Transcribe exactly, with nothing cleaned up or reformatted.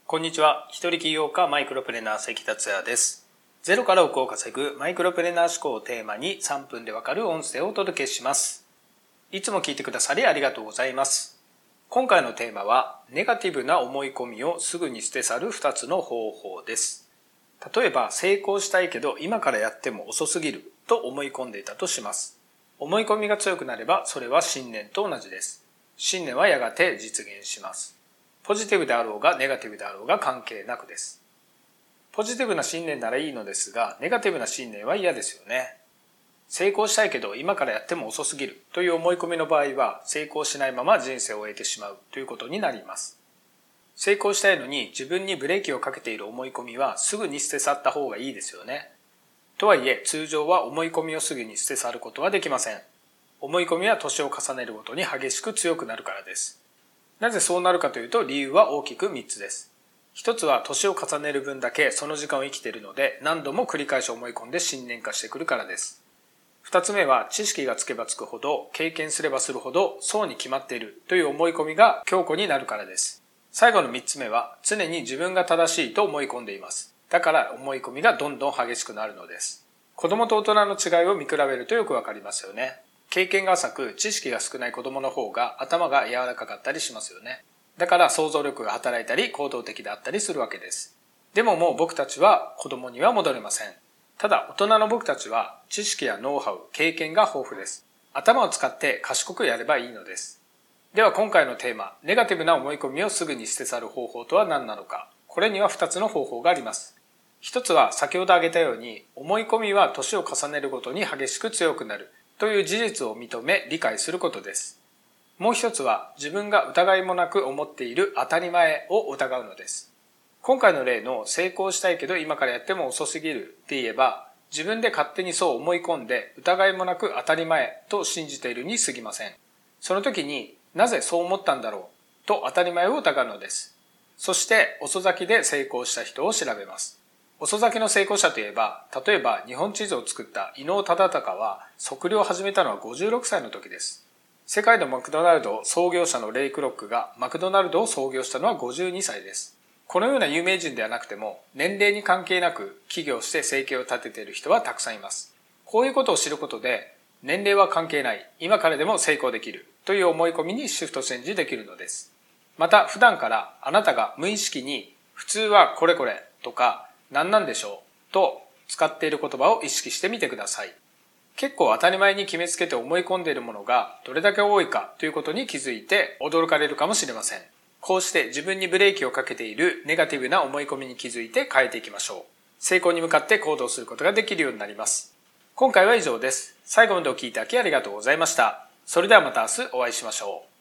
こんにちは。一人起業家マイクロプレーナー関達也です。ゼロから億を稼ぐマイクロプレーナー思考をテーマにさんぷんでわかる音声をお届けします。いつも聞いてくださりありがとうございます。今回のテーマはネガティブな思い込みをすぐに捨て去るふたつの方法です。例えば成功したいけど今からやっても遅すぎると思い込んでいたとします。思い込みが強くなればそれは信念と同じです。信念はやがて実現します。ポジティブであろうがネガティブであろうが関係なくです。ポジティブな信念ならいいのですが、ネガティブな信念は嫌ですよね。成功したいけど今からやっても遅すぎるという思い込みの場合は、成功しないまま人生を終えてしまうということになります。成功したいのに自分にブレーキをかけている思い込みはすぐに捨て去った方がいいですよね。とはいえ通常は思い込みをすぐに捨て去ることはできません。思い込みは年を重ねるごとに激しく強くなるからです。なぜそうなるかというと、理由は大きくみっつです。一つは年を重ねる分だけその時間を生きているので、何度も繰り返し思い込んで信念化してくるからです。二つ目は知識がつけばつくほど、経験すればするほどそうに決まっているという思い込みが強固になるからです。最後の三つ目は、常に自分が正しいと思い込んでいます。だから思い込みがどんどん激しくなるのです。子供と大人の違いを見比べるとよくわかりますよね。経験が浅く知識が少ない子供の方が頭が柔らかかったりしますよね。だから想像力が働いたり行動的であったりするわけです。でももう僕たちは子供には戻れません。ただ大人の僕たちは知識やノウハウ、経験が豊富です。頭を使って賢くやればいいのです。では今回のテーマ、ネガティブな思い込みをすぐに捨て去る方法とは何なのか。これにはふたつの方法があります。一つは先ほど挙げたように、思い込みは年を重ねるごとに激しく強くなるという事実を認め理解することです。もう一つは自分が疑いもなく思っている当たり前を疑うのです。今回の例の成功したいけど今からやっても遅すぎるって言えば、自分で勝手にそう思い込んで疑いもなく当たり前と信じているに過ぎません。その時になぜそう思ったんだろうと当たり前を疑うのです。そして遅咲きで成功した人を調べます。遅咲きの成功者といえば、例えば日本地図を作った伊能忠敬は測量を始めたのはごじゅうろくさいの時です。世界のマクドナルド創業者のレイ・クロックがマクドナルドを創業したのはごじゅうにさいです。このような有名人ではなくても、年齢に関係なく起業して生計を立てている人はたくさんいます。こういうことを知ることで、年齢は関係ない、今からでも成功できるという思い込みにシフトチェンジできるのです。また普段からあなたが無意識に普通はこれこれとか何なんでしょうと使っている言葉を意識してみてください。結構当たり前に決めつけて思い込んでいるものがどれだけ多いかということに気づいて驚かれるかもしれません。こうして自分にブレーキをかけているネガティブな思い込みに気づいて変えていきましょう。成功に向かって行動することができるようになります。今回は以上です。最後までお聞いていただきありがとうございました。それではまた明日お会いしましょう。